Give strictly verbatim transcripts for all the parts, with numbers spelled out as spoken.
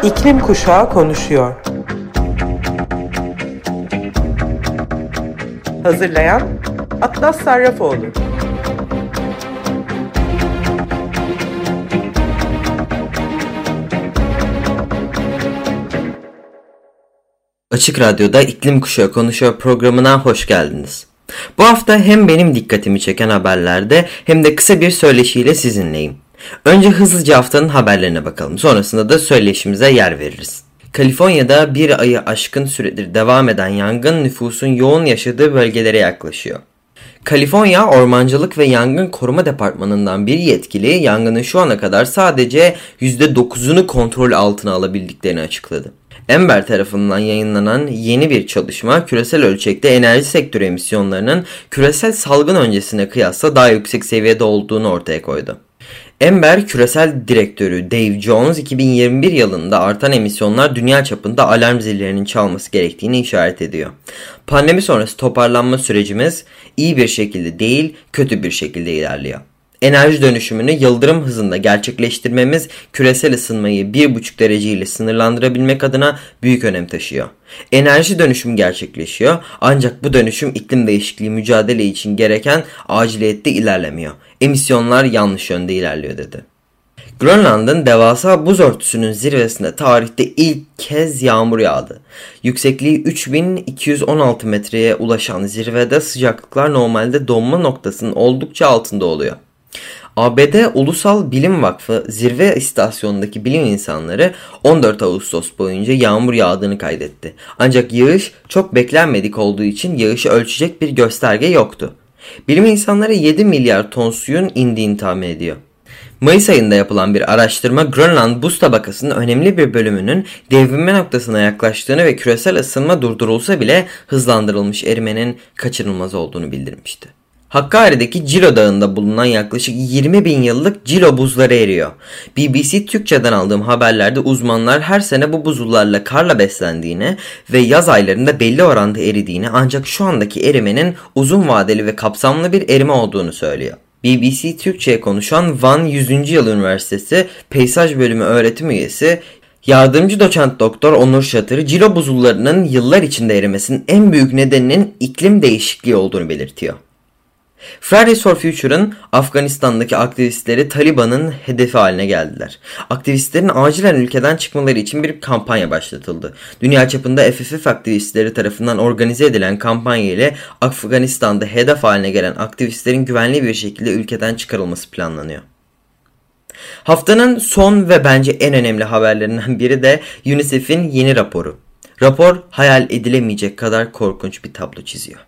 İklim Kuşağı konuşuyor. Hazırlayan Atlas Sarrafoğlu. Açık Radyo'da İklim Kuşağı konuşuyor programına hoş geldiniz. Bu hafta hem benim dikkatimi çeken haberlerde hem de kısa bir söyleşiyle sizinleyim. Önce hızlıca haftanın haberlerine bakalım. Sonrasında da söyleşimize yer veririz. Kaliforniya'da bir ayı aşkın süredir devam eden yangın nüfusun yoğun yaşadığı bölgelere yaklaşıyor. Kaliforniya Ormancılık ve Yangın Koruma Departmanı'ndan bir yetkili yangının şu ana kadar sadece yüzde dokuzunu kontrol altına alabildiklerini açıkladı. Amber tarafından yayınlanan yeni bir çalışma küresel ölçekte enerji sektörü emisyonlarının küresel salgın öncesine kıyasla daha yüksek seviyede olduğunu ortaya koydu. Amber küresel direktörü Dave Jones iki bin yirmi bir yılında artan emisyonlar dünya çapında alarm zillerinin çalması gerektiğini işaret ediyor. Pandemi sonrası toparlanma sürecimiz iyi bir şekilde değil, kötü bir şekilde ilerliyor. Enerji dönüşümünü yıldırım hızında gerçekleştirmemiz küresel ısınmayı bir buçuk derece ile sınırlandırabilmek adına büyük önem taşıyor. Enerji dönüşümü gerçekleşiyor ancak bu dönüşüm iklim değişikliği mücadele için gereken aciliyette ilerlemiyor. Emisyonlar yanlış yönde ilerliyor dedi. Grönland'ın devasa buz örtüsünün zirvesinde tarihte ilk kez yağmur yağdı. Yüksekliği üç bin iki yüz on altı metreye ulaşan zirvede sıcaklıklar normalde donma noktasının oldukça altında oluyor. A B D Ulusal Bilim Vakfı zirve istasyonundaki bilim insanları on dört Ağustos boyunca yağmur yağdığını kaydetti. Ancak yağış çok beklenmedik olduğu için yağışı ölçecek bir gösterge yoktu. Bilim insanları yedi milyar ton suyun indiğini tahmin ediyor. Mayıs ayında yapılan bir araştırma Grönland buz tabakasının önemli bir bölümünün devrilme noktasına yaklaştığını ve küresel ısınma durdurulsa bile hızlandırılmış erimenin kaçınılmaz olduğunu bildirmişti. Hakkari'deki Cilo Dağı'nda bulunan yaklaşık yirmi bin yıllık Cilo buzları eriyor. B B C Türkçe'den aldığım haberlerde uzmanlar her sene bu buzullarla karla beslendiğini ve yaz aylarında belli oranda eridiğini ancak şu andaki erimenin uzun vadeli ve kapsamlı bir erime olduğunu söylüyor. B B C Türkçe'ye konuşan Van yüzüncü Yıl Üniversitesi Peyzaj Bölümü öğretim üyesi yardımcı doçent doktor Onur Şatır, Cilo buzullarının yıllar içinde erimesinin en büyük nedeninin iklim değişikliği olduğunu belirtiyor. Fridays for Future'ın Afganistan'daki aktivistleri Taliban'ın hedefi haline geldiler. Aktivistlerin acilen ülkeden çıkmaları için bir kampanya başlatıldı. Dünya çapında F F F aktivistleri tarafından organize edilen kampanya ile Afganistan'da hedef haline gelen aktivistlerin güvenli bir şekilde ülkeden çıkarılması planlanıyor. Haftanın son ve bence en önemli haberlerinden biri de UNICEF'in yeni raporu. Rapor hayal edilemeyecek kadar korkunç bir tablo çiziyor.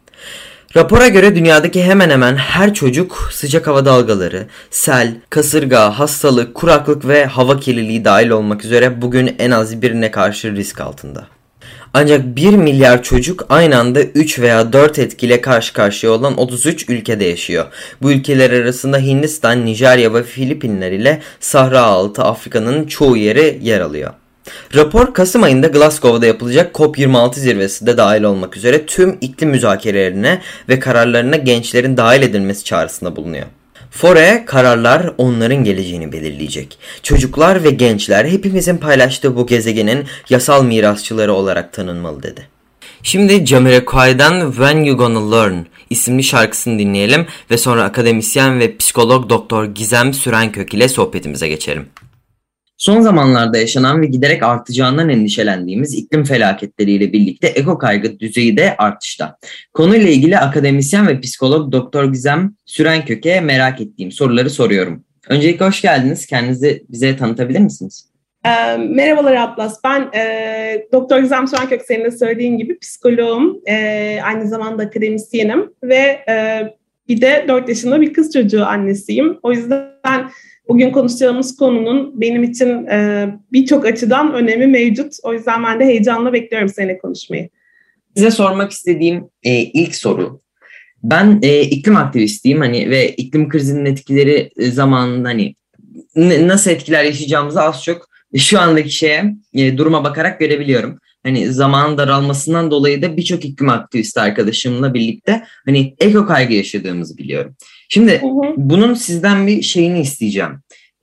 Rapora göre dünyadaki hemen hemen her çocuk sıcak hava dalgaları, sel, kasırga, hastalık, kuraklık ve hava kirliliği dahil olmak üzere bugün en az birine karşı risk altında. Ancak bir milyar çocuk aynı anda üç veya dört etkiyle karşı karşıya olan otuz üç ülkede yaşıyor. Bu ülkeler arasında Hindistan, Nijerya ve Filipinler ile Sahra altı Afrika'nın çoğu yeri yer alıyor. Rapor Kasım ayında Glasgow'da yapılacak COP yirmi altı zirvesi de dahil olmak üzere tüm iklim müzakerelerine ve kararlarına gençlerin dahil edilmesi çağrısında bulunuyor. Fore kararlar onların geleceğini belirleyecek. Çocuklar ve gençler hepimizin paylaştığı bu gezegenin yasal mirasçıları olarak tanınmalı dedi. Şimdi Jamiroquai'den When You Gonna Learn isimli şarkısını dinleyelim ve sonra akademisyen ve psikolog Doktor Gizem Sürenkök ile sohbetimize geçelim. Son zamanlarda yaşanan ve giderek artacağından endişelendiğimiz iklim felaketleriyle birlikte eko kaygı düzeyi de artışta. Konuyla ilgili akademisyen ve psikolog Doktor Gizem Sürenkök'e merak ettiğim soruları soruyorum. Öncelikle hoş geldiniz. Kendinizi bize tanıtabilir misiniz? E, merhabalar Atlas. Ben e, Doktor Gizem Sürenkök, senin de söylediğin gibi psikoloğum. E, aynı zamanda akademisyenim ve e, bir de dört yaşında bir kız çocuğu annesiyim. O yüzden bugün konuşacağımız konunun benim için e, birçok açıdan önemi mevcut. O yüzden ben de heyecanla bekliyorum seninle konuşmayı. Size sormak istediğim e, ilk soru. Ben e, iklim aktivistiyim hani ve iklim krizinin etkileri e, zamanında hani n- nasıl etkiler yaşayacağımızı az çok şu andaki şeye e, duruma bakarak görebiliyorum. Hani zamanın daralmasından dolayı da birçok iklim aktivisti arkadaşımla birlikte hani eko kaygı yaşadığımızı biliyorum. Şimdi hı hı. bunun sizden bir şeyini isteyeceğim.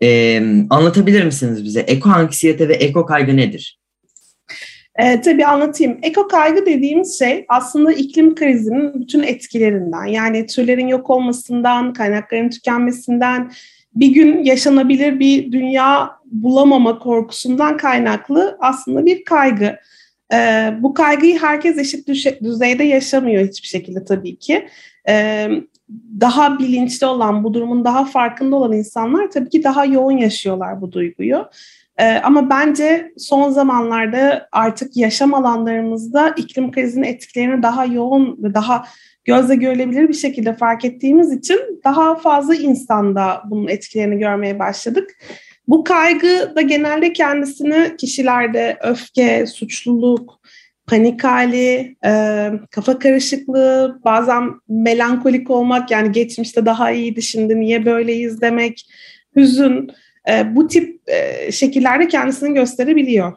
Ee, anlatabilir misiniz bize? Ekoanksiyete ve ekokaygı nedir? E, tabii anlatayım. Eko kaygı dediğimiz şey aslında iklim krizinin bütün etkilerinden, yani türlerin yok olmasından, kaynakların tükenmesinden, bir gün yaşanabilir bir dünya bulamama korkusundan kaynaklı aslında bir kaygı. E, bu kaygıyı herkes eşit düzeyde yaşamıyor hiçbir şekilde tabii ki. E, daha bilinçli olan, bu durumun daha farkında olan insanlar tabii ki daha yoğun yaşıyorlar bu duyguyu. Ee, ama bence son zamanlarda artık yaşam alanlarımızda iklim krizinin etkilerini daha yoğun ve daha gözle görülebilir bir şekilde fark ettiğimiz için daha fazla insanda bunun etkilerini görmeye başladık. Bu kaygı da genelde kendisini kişilerde öfke, suçluluk, panik hali, e, kafa karışıklığı, bazen melankolik olmak, yani geçmişte daha iyiydi şimdi niye böyleyiz demek, hüzün, e, bu tip e, şekillerde kendisini gösterebiliyor.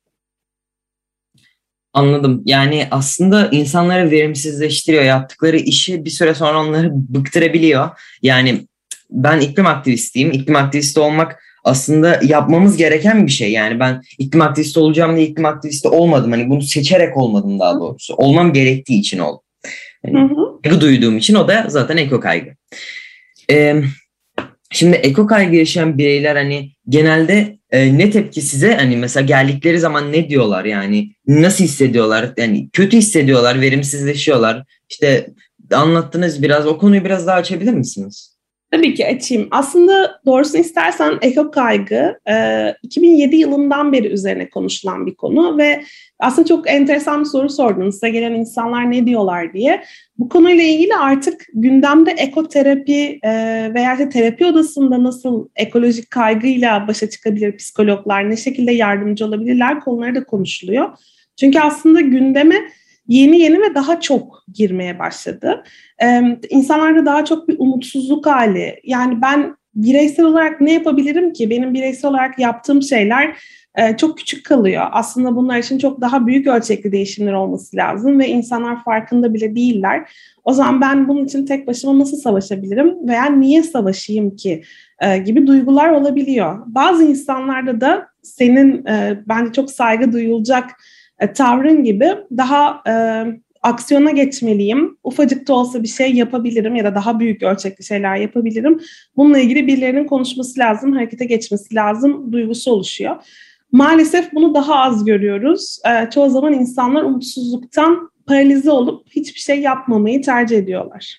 Anladım. Yani aslında insanları verimsizleştiriyor. Yaptıkları işi bir süre sonra onları bıktırabiliyor. Yani ben iklim aktivistiyim. İklim aktivisti olmak aslında yapmamız gereken bir şey. Yani ben iklim aktivisti olacağım diye iklim aktivisti olmadım. Hani bunu seçerek olmadım daha doğrusu. Olmam gerektiği için oldum. Yani kaygı duyduğum için, o da zaten eko kaygı. Ee, şimdi eko kaygı yaşayan bireyler hani genelde e, ne tepki size, hani mesela geldikleri zaman ne diyorlar, yani nasıl hissediyorlar? Yani kötü hissediyorlar, verimsizleşiyorlar. İşte anlattınız biraz, o konuyu biraz daha açabilir misiniz? Tabii ki açayım. Aslında doğrusunu istersen eko kaygı iki bin yedi yılından beri üzerine konuşulan bir konu ve aslında çok enteresan bir soru sordunuz. Size gelen insanlar ne diyorlar diye. Bu konuyla ilgili artık gündemde ekoterapi veya işte terapi odasında nasıl ekolojik kaygıyla başa çıkabilir psikologlar, ne şekilde yardımcı olabilirler konuları da konuşuluyor. Çünkü aslında gündeme yeni yeni ve daha çok girmeye başladı. Ee, insanlarda daha çok bir umutsuzluk hali. Yani ben bireysel olarak ne yapabilirim ki? Benim bireysel olarak yaptığım şeyler e, çok küçük kalıyor. Aslında bunlar için çok daha büyük ölçekli değişimler olması lazım ve insanlar farkında bile değiller. O zaman ben bunun için tek başıma nasıl savaşabilirim veya niye savaşayım ki e, gibi duygular olabiliyor. Bazı insanlarda da senin e, bence çok saygı duyulacak e, tavrın gibi daha e, aksiyona geçmeliyim, ufacık da olsa bir şey yapabilirim ya da daha büyük ölçekli şeyler yapabilirim. Bununla ilgili birilerinin konuşması lazım, harekete geçmesi lazım duygusu oluşuyor. Maalesef bunu daha az görüyoruz. E, çoğu zaman insanlar umutsuzluktan paralize olup hiçbir şey yapmamayı tercih ediyorlar.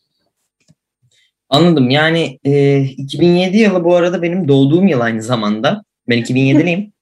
Anladım. Yani e, iki bin yedi yılı bu arada benim doğduğum yıl aynı zamanda. Ben iki bin yediliyim.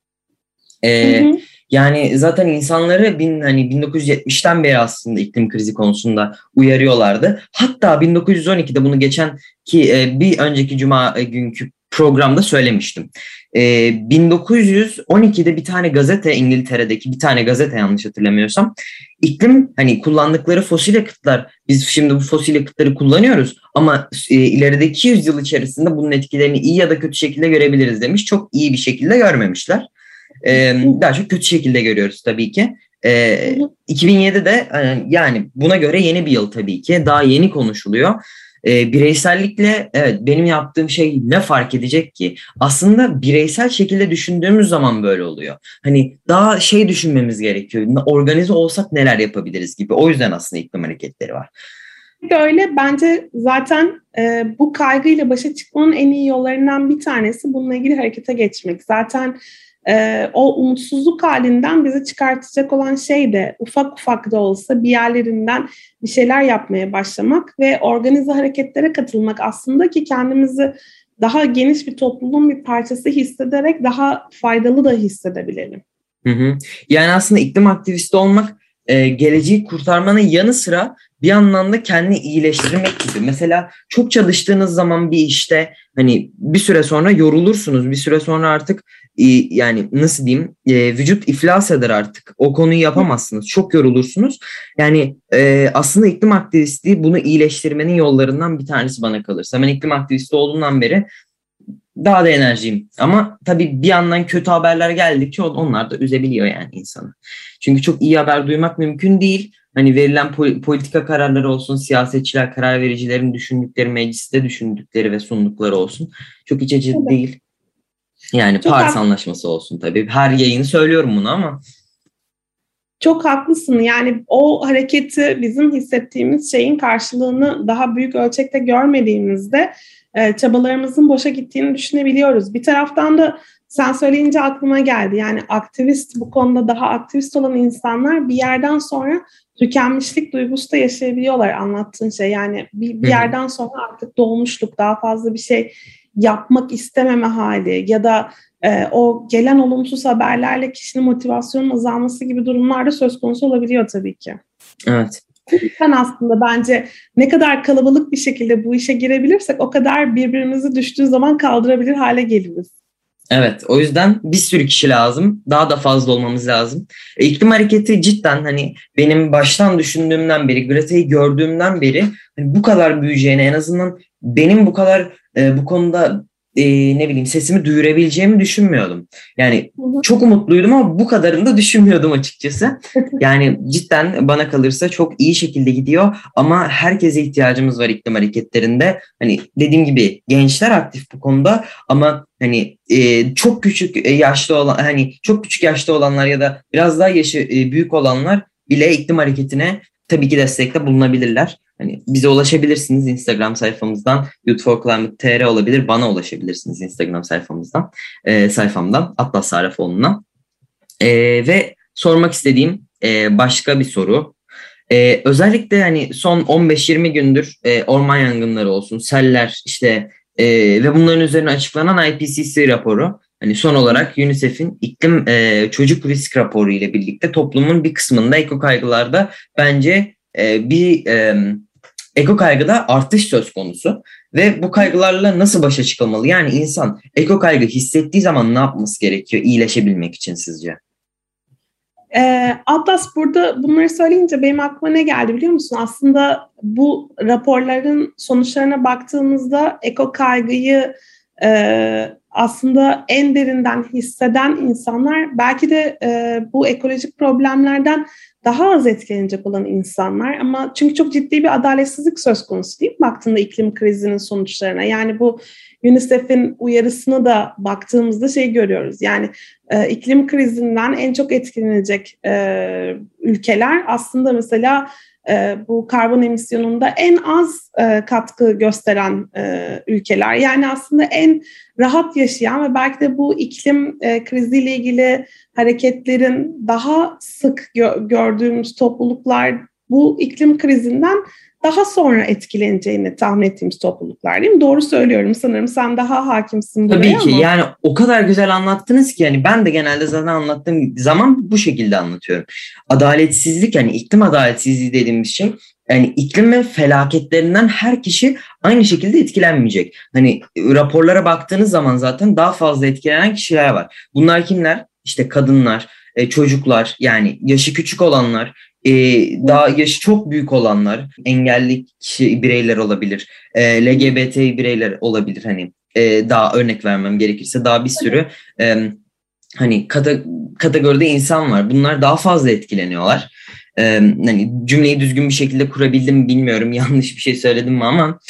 E, yani zaten insanları bin, hani bin dokuz yüz yetmişten beri aslında iklim krizi konusunda uyarıyorlardı. Hatta bin dokuz yüz on ikide bunu geçen ki e, bir önceki cuma günkü programda söylemiştim. E, bin dokuz yüz on ikide bir tane gazete, İngiltere'deki bir tane gazete yanlış hatırlamıyorsam, iklim hani kullandıkları fosil yakıtlar, biz şimdi bu fosil yakıtları kullanıyoruz ama e, ilerideki yüz yıl içerisinde bunun etkilerini iyi ya da kötü şekilde görebiliriz demiş. Çok iyi bir şekilde görmemişler. Ee, daha çok kötü şekilde görüyoruz tabii ki. Ee, iki bin yedide yani buna göre yeni bir yıl tabii ki. Daha yeni konuşuluyor. Ee, bireysellikle evet, benim yaptığım şey ne fark edecek ki? Aslında bireysel şekilde düşündüğümüz zaman böyle oluyor. Hani daha şey düşünmemiz gerekiyor. Organize olsak neler yapabiliriz gibi. O yüzden aslında iklim hareketleri var. Böyle bence zaten e, bu kaygıyla başa çıkmanın en iyi yollarından bir tanesi bununla ilgili harekete geçmek. Zaten Ee, o umutsuzluk halinden bizi çıkartacak olan şey de ufak ufak da olsa bir yerlerinden bir şeyler yapmaya başlamak ve organize hareketlere katılmak aslında ki kendimizi daha geniş bir topluluğun bir parçası hissederek daha faydalı da hissedebilelim. Hı hı. Yani aslında iklim aktivisti olmak e, geleceği kurtarmanın yanı sıra bir yandan da kendini iyileştirmek gibi. Mesela çok çalıştığınız zaman bir işte hani bir süre sonra yorulursunuz. Bir süre sonra artık e, yani nasıl diyeyim e, vücut iflas eder artık. O konuyu yapamazsınız. Çok yorulursunuz. Yani e, aslında iklim aktivistliği bunu iyileştirmenin yollarından bir tanesi bana kalırsa. Ben iklim aktivisti olduğumdan beri daha da enerjiyim. Ama tabii bir yandan kötü haberler geldikçe onlar da üzebiliyor yani insanı. Çünkü çok iyi haber duymak mümkün değil. Hani verilen politika kararları olsun, siyasetçiler, karar vericilerin düşündükleri, mecliste düşündükleri ve sundukları olsun. Çok iç açıcı değil. Yani Çok Paris hak- Anlaşması olsun tabii. Her yayını söylüyorum bunu ama. Çok haklısın. Yani o hareketi, bizim hissettiğimiz şeyin karşılığını daha büyük ölçekte görmediğimizde e, çabalarımızın boşa gittiğini düşünebiliyoruz. Bir taraftan da sen söyleyince aklıma geldi. Yani aktivist, bu konuda daha aktivist olan insanlar bir yerden sonra tükenmişlik duygusu da yaşayabiliyorlar, anlattığın şey. Yani bir, bir yerden sonra artık dolmuşluk, daha fazla bir şey yapmak istememe hali ya da e, o gelen olumsuz haberlerle kişinin motivasyonun azalması gibi durumlar da söz konusu olabiliyor tabii ki. Evet. Ben aslında bence ne kadar kalabalık bir şekilde bu işe girebilirsek o kadar birbirimizi düştüğü zaman kaldırabilir hale geliriz. Evet, o yüzden bir sürü kişi lazım. Daha da fazla olmamız lazım. E, iklim hareketi cidden hani benim baştan düşündüğümden beri, Greta'yı gördüğümden beri hani bu kadar büyüyeceğini, en azından benim bu kadar e, bu konuda e, ne bileyim sesimi duyurabileceğimi düşünmüyordum. Yani çok umutluydum ama bu kadarını da düşünmüyordum açıkçası. Yani cidden bana kalırsa çok iyi şekilde gidiyor ama herkese ihtiyacımız var iklim hareketlerinde. Hani dediğim gibi gençler aktif bu konuda ama hani e, çok küçük yaşta olan, hani çok küçük yaşta olanlar ya da biraz daha yaşı e, büyük olanlar bile iklim hareketine tabii ki destekte bulunabilirler. Hani bize ulaşabilirsiniz Instagram sayfamızdan, Youth for Climate T R olabilir. Bana ulaşabilirsiniz Instagram sayfamızdan, e, sayfamdan, Atlas Sarrafoğlu'na. E, ve sormak istediğim e, başka bir soru. E, özellikle hani son on beş yirmi gündür e, orman yangınları olsun, seller işte e, ve bunların üzerine açıklanan I P C C raporu. Hani son olarak UNICEF'in iklim e, çocuk risk raporu ile birlikte toplumun bir kısmında eko kaygılarda bence e, bir e, eko kaygıda artış söz konusu ve bu kaygılarla nasıl başa çıkılmalı? Yani insan eko kaygı hissettiği zaman ne yapması gerekiyor iyileşebilmek için sizce? Ee, Atlas, burada bunları söyleyince benim aklıma ne geldi biliyor musun? Aslında bu raporların sonuçlarına baktığımızda eko kaygıyı e, aslında en derinden hisseden insanlar belki de e, bu ekolojik problemlerden daha az etkilenecek olan insanlar, ama çünkü çok ciddi bir adaletsizlik söz konusu değil mi baktığında iklim krizinin sonuçlarına? Yani bu UNICEF'in uyarısına da baktığımızda şey görüyoruz. Yani e, iklim krizinden en çok etkilenecek e, ülkeler aslında mesela e, bu karbon emisyonunda en az e, katkı gösteren e, ülkeler. Yani aslında en rahat yaşayan ve belki de bu iklim e, kriziyle ilgili hareketlerin daha sık gö- gördüğümüz topluluklar bu iklim krizinden daha sonra etkileneceğini tahmin ettiğimiz topluluklar, değil mi? Doğru söylüyorum sanırım. Sen daha hakimsin buraya. Tabii ki ama. yani o kadar güzel anlattınız ki yani ben de genelde zaten anlattığım zaman bu şekilde anlatıyorum. Adaletsizlik, yani iklim adaletsizliği dediğimiz şey, yani iklim ve felaketlerinden her kişi aynı şekilde etkilenmeyecek. Hani raporlara baktığınız zaman zaten daha fazla etkilenen kişiler var. Bunlar kimler? İşte kadınlar, çocuklar, yani yaşı küçük olanlar, daha yaşı çok büyük olanlar, engelli kişi, bireyler olabilir, L G B T bireyler olabilir. Hani daha örnek vermem gerekirse daha bir sürü hani kategoride insan var. Bunlar daha fazla etkileniyorlar. Hani cümleyi düzgün bir şekilde kurabildim mi bilmiyorum, yanlış bir şey söyledim mi ama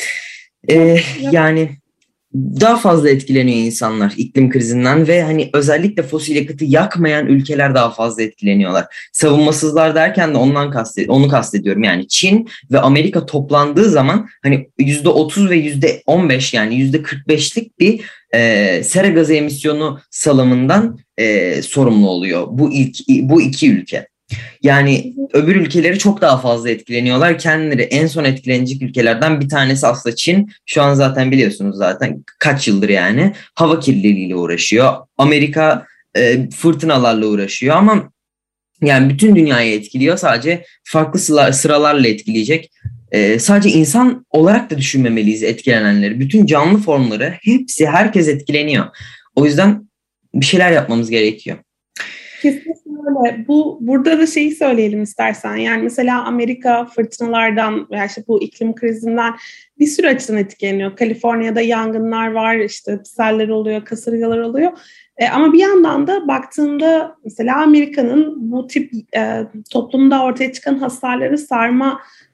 yani daha fazla etkileniyor insanlar iklim krizinden ve hani özellikle fosil yakıtı yakmayan ülkeler daha fazla etkileniyorlar. Savunmasızlar derken de ondan kastet, onu kastediyorum. Yani Çin ve Amerika toplandığı zaman hani yüzde otuz ve yüzde on beş, yani yüzde kırk beşlik bir e, sera gazı emisyonu salımından e, sorumlu oluyor bu ilk bu iki ülke. Yani öbür ülkeleri çok daha fazla etkileniyorlar. Kendileri en son etkilenecek ülkelerden bir tanesi aslında Çin. Şu an zaten biliyorsunuz, zaten kaç yıldır yani hava kirliliğiyle uğraşıyor. Amerika e, fırtınalarla uğraşıyor ama yani bütün dünyayı etkiliyor. Sadece farklı sıralarla etkileyecek. E, sadece insan olarak da düşünmemeliyiz etkilenenleri. Bütün canlı formları, hepsi, herkes etkileniyor. O yüzden bir şeyler yapmamız gerekiyor. Kesinlikle öyle. Bu, burada da şeyi söyleyelim istersen. Yani mesela Amerika fırtınalardan veya işte bu iklim krizinden bir sürü açıdan etkileniyor. Kaliforniya'da yangınlar var, işte seller oluyor, kasırgalar oluyor. E, ama bir yandan da baktığında mesela Amerika'nın bu tip e, toplumda ortaya çıkan hasarları sarma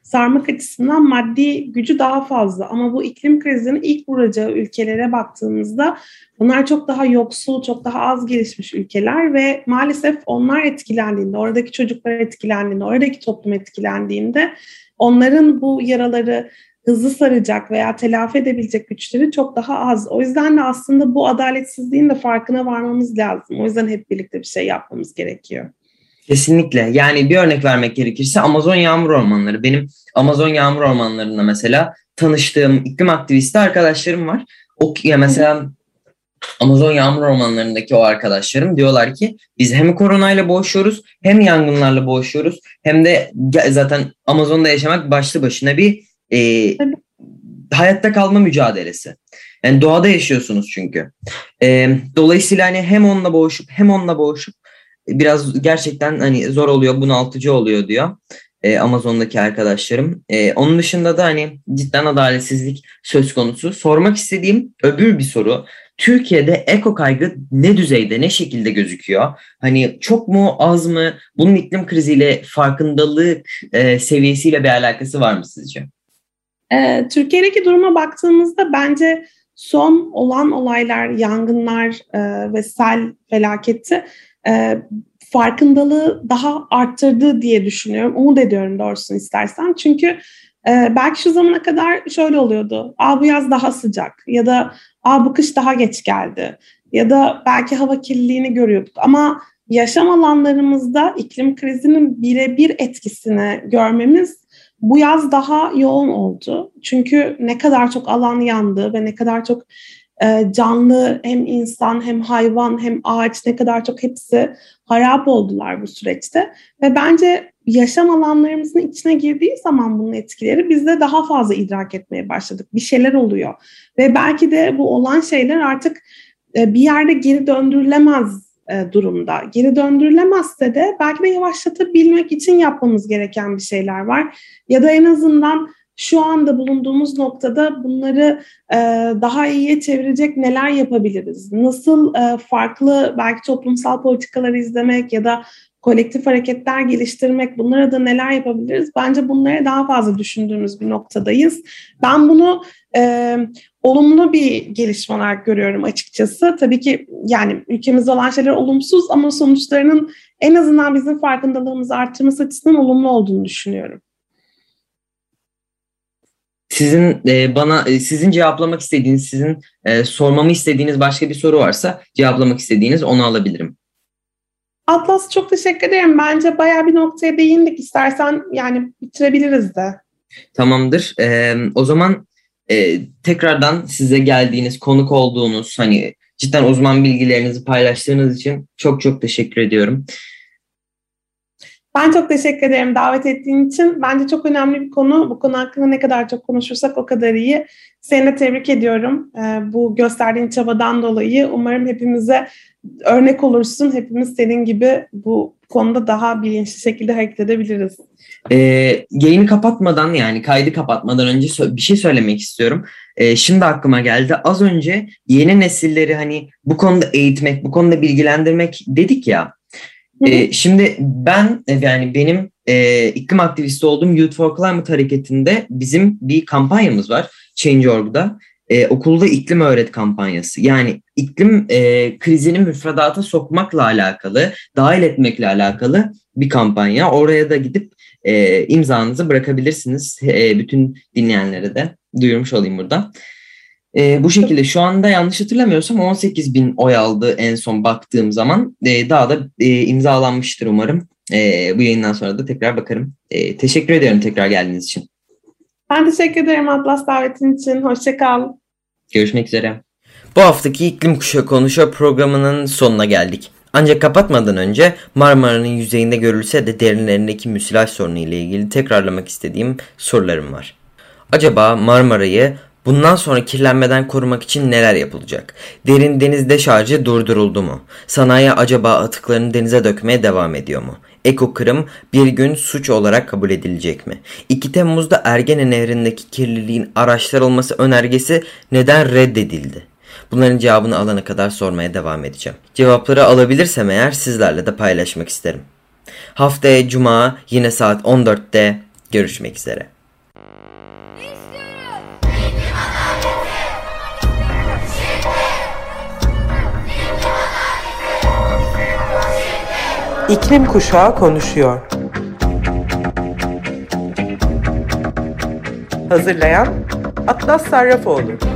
sarmak açısından maddi gücü daha fazla. Ama bu iklim krizinin ilk vuracağı ülkelere baktığımızda bunlar çok daha yoksul, çok daha az gelişmiş ülkeler ve maalesef onlar etkilendiğinde, oradaki çocuklar etkilendiğinde, oradaki toplum etkilendiğinde onların bu yaraları hızlı saracak veya telafi edebilecek güçleri çok daha az. O yüzden de aslında bu adaletsizliğin de farkına varmamız lazım. O yüzden hep birlikte bir şey yapmamız gerekiyor. Kesinlikle. Yani bir örnek vermek gerekirse Amazon yağmur ormanları. Benim Amazon yağmur ormanlarında mesela tanıştığım iklim aktivisti arkadaşlarım var. O ya mesela Amazon yağmur ormanlarındaki o arkadaşlarım diyorlar ki biz hem koronayla boğuşuyoruz hem yangınlarla boğuşuyoruz hem de zaten Amazon'da yaşamak başlı başına bir e, hayatta kalma mücadelesi. Yani doğada yaşıyorsunuz çünkü. E, dolayısıyla hani hem onunla boğuşup hem onunla boğuşup biraz gerçekten hani zor oluyor, bunaltıcı oluyor diyor e, Amazon'daki arkadaşlarım. E, onun dışında da hani cidden adaletsizlik söz konusu. Sormak istediğim öbür bir soru. Türkiye'de eko kaygı ne düzeyde, ne şekilde gözüküyor? Hani çok mu, az mı? Bunun iklim kriziyle farkındalık e, seviyesiyle bir alakası var mı sizce? E, Türkiye'deki duruma baktığımızda bence son olan olaylar, yangınlar e, ve sel felaketi e, farkındalığı daha arttırdı diye düşünüyorum. Umut ediyorum doğrusunu istersen. Çünkü e, belki şu zamana kadar şöyle oluyordu. Aa, bu yaz daha sıcak ya da aa, bu kış daha geç geldi ya da belki hava kirliliğini görüyorduk. Ama yaşam alanlarımızda iklim krizinin birebir etkisini görmemiz bu yaz daha yoğun oldu. Çünkü ne kadar çok alan yandı ve ne kadar çok e, canlı hem insan hem hayvan hem ağaç ne kadar çok hepsi harap oldular bu süreçte. Ve bence yaşam alanlarımızın içine girdiği zaman bunun etkileri biz de daha fazla idrak etmeye başladık. Bir şeyler oluyor. Ve belki de bu olan şeyler artık e, bir yerde geri döndürülemez e, durumda. Geri döndürülemezse de belki de yavaşlatabilmek için yapmamız gereken bir şeyler var. Ya da en azından şu anda bulunduğumuz noktada bunları e, daha iyiye çevirecek neler yapabiliriz? Nasıl e, farklı belki toplumsal politikaları izlemek ya da kolektif hareketler geliştirmek, bunlara da neler yapabiliriz? Bence bunlara daha fazla düşündüğümüz bir noktadayız. Ben bunu e, olumlu bir gelişme olarak görüyorum açıkçası. Tabii ki yani ülkemizde olan şeyler olumsuz ama sonuçlarının en azından bizim farkındalığımızı arttırması açısından olumlu olduğunu düşünüyorum. Sizin e, bana e, sizin cevaplamak istediğiniz, sizin e, sormamı istediğiniz başka bir soru varsa cevaplamak istediğiniz onu alabilirim. Atlas, çok teşekkür ederim. Bence bayağı bir noktaya değindik. İstersen yani bitirebiliriz de. Tamamdır. E, o zaman e, tekrardan size geldiğiniz, konuk olduğunuz, hani cidden uzman bilgilerinizi paylaştığınız için çok çok teşekkür ediyorum. Ben çok teşekkür ederim davet ettiğin için. Bence çok önemli bir konu. Bu konu hakkında ne kadar çok konuşursak o kadar iyi. Seni de tebrik ediyorum. Ee, bu gösterdiğin çabadan dolayı. Umarım hepimize örnek olursun. Hepimiz senin gibi bu konuda daha bilinçli şekilde hareket edebiliriz. Ee, yayını kapatmadan, yani kaydı kapatmadan önce bir şey söylemek istiyorum. Ee, şimdi aklıma geldi. Az önce yeni nesilleri hani bu konuda eğitmek, bu konuda bilgilendirmek dedik ya. Ee, şimdi ben yani benim e, iklim aktivisti olduğum Youth for Climate hareketinde bizim bir kampanyamız var Change nokta org'da. Ee, okulda iklim öğret kampanyası. Yani iklim e, krizini müfredata sokmakla alakalı, dahil etmekle alakalı bir kampanya. Oraya da gidip e, imzanızı bırakabilirsiniz. E, bütün dinleyenlere de duyurmuş olayım burada. E, bu şekilde şu anda yanlış hatırlamıyorsam on sekiz bin oy aldı en son baktığım zaman. E, daha da e, imzalanmıştır umarım. E, bu yayından sonra da tekrar bakarım. E, teşekkür ediyorum tekrar geldiğiniz için. Ben teşekkür ederim Atlas davetin için. Hoşça kal. Görüşmek üzere. Bu haftaki İklim Kuşağı Konuşuyor programının sonuna geldik. Ancak kapatmadan önce Marmara'nın yüzeyinde görülse de derinlerindeki müsilaj sorunu ile ilgili tekrarlamak istediğim sorularım var. Acaba Marmara'yı bundan sonra kirlenmeden korumak için neler yapılacak? Derin deniz deşarjı durduruldu mu? Sanayi acaba atıklarını denize dökmeye devam ediyor mu? Eko kırım bir gün suç olarak kabul edilecek mi? iki Temmuz'da Ergene Nehri'ndeki kirliliğin araştırılması önergesi neden reddedildi? Bunların cevabını alana kadar sormaya devam edeceğim. Cevapları alabilirsem eğer sizlerle de paylaşmak isterim. Haftaya Cuma yine saat on dörtte görüşmek üzere. İklim Kuşağı konuşuyor. Hazırlayan Atlas Sarrafoğlu.